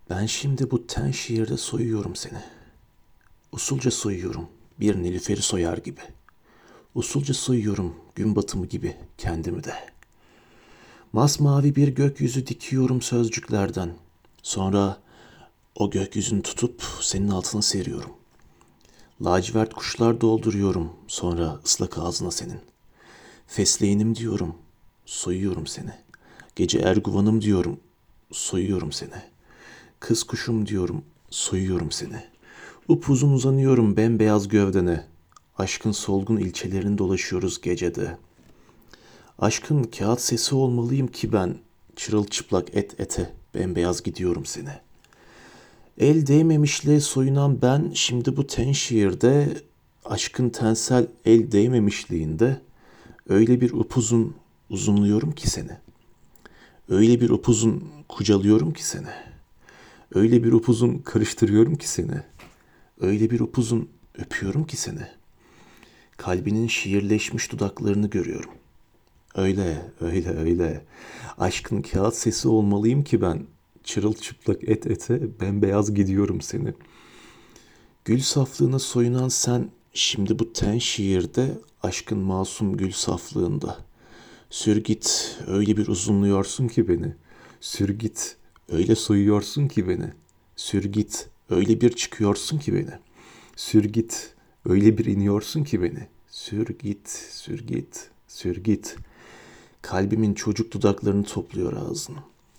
Ben şimdi bu ten şiirde soyuyorum seni. Usulca soyuyorum, bir nilüferi soyar gibi. Usulca soyuyorum, gün batımı gibi kendimi de. Masmavi bir gökyüzü dikiyorum sözcüklerden. Sonra o gökyüzünü tutup senin altına seriyorum. Lacivert kuşlar dolduruyorum, sonra ıslak ağzına senin. Fesleğenim diyorum, soyuyorum seni. Gece erguvanım diyorum, soyuyorum seni. Kız kuşum diyorum, soyuyorum seni. Upuzun uzanıyorum bembeyaz gövdene. Aşkın solgun ilçelerini dolaşıyoruz gecede. Aşkın kağıt sesi olmalıyım ki ben. Çırılçıplak et ete bembeyaz gidiyorum seni. El değmemişle soyunan ben şimdi bu ten şiirde aşkın tensel el değmemişliğinde öyle bir upuzun uzunluyorum ki seni. Öyle bir upuzun kucalıyorum ki seni. Öyle bir upuzun karıştırıyorum ki seni. Öyle bir upuzun öpüyorum ki seni. Kalbinin şiirleşmiş dudaklarını görüyorum. Öyle, öyle, öyle. Aşkın kağıt sesi olmalıyım ki ben. Çırılçıplak et ete bembeyaz gidiyorum seni. Gül saflığına soyunan sen şimdi bu ten şiirde aşkın masum gül saflığında. Sür git öyle bir uzunluyorsun ki beni. Sür git öyle soyuyorsun ki beni. Sür git öyle bir çıkıyorsun ki beni. Sür git öyle bir iniyorsun ki beni. Sür git, sür git, sür git. Kalbimin çocuk dudaklarını topluyor ağzına.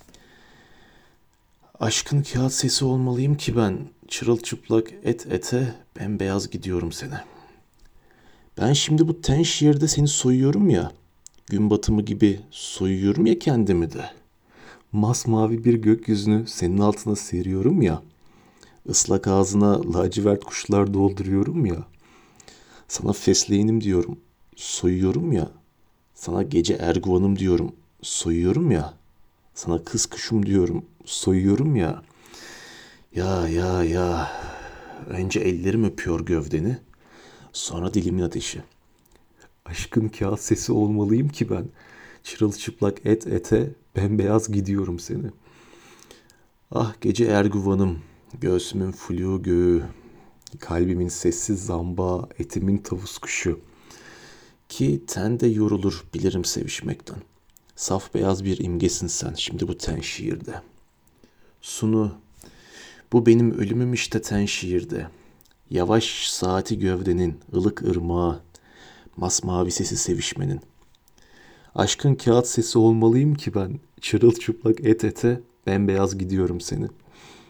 Aşkın kağıt sesi olmalıyım ki ben çırılçıplak et ete bembeyaz gidiyorum sene. Ben şimdi bu ten şiirde seni soyuyorum ya. Gün batımı gibi soyuyorum ya kendimi de. Masmavi bir gökyüzünü senin altına seriyorum ya. Islak ağzına lacivert kuşlar dolduruyorum ya. Sana fesleğenim diyorum, soyuyorum ya. Sana gece erguvanım diyorum, soyuyorum ya. Sana kız kuşum diyorum, soyuyorum ya. Ya ya ya. Önce ellerim öpüyor gövdeni, sonra dilimin ateşi. Aşkın kağıt sesi olmalıyım ki ben. Çırılçıplak et ete bembeyaz gidiyorum seni. Ah gece erguvanım, göğsümün flu göğü, kalbimin sessiz zamba, etimin tavus kuşu. Ki ten de yorulur bilirim sevişmekten. Saf beyaz bir imgesin sen şimdi bu ten şiirde. Sunu, bu benim ölümüm işte ten şiirde. Yavaş saati gövdenin, ılık ırmağı, masmavi sesi sevişmenin. Aşkın kağıt sesi olmalıyım ki ben, çırılçıplak et ete, bembeyaz gidiyorum seni.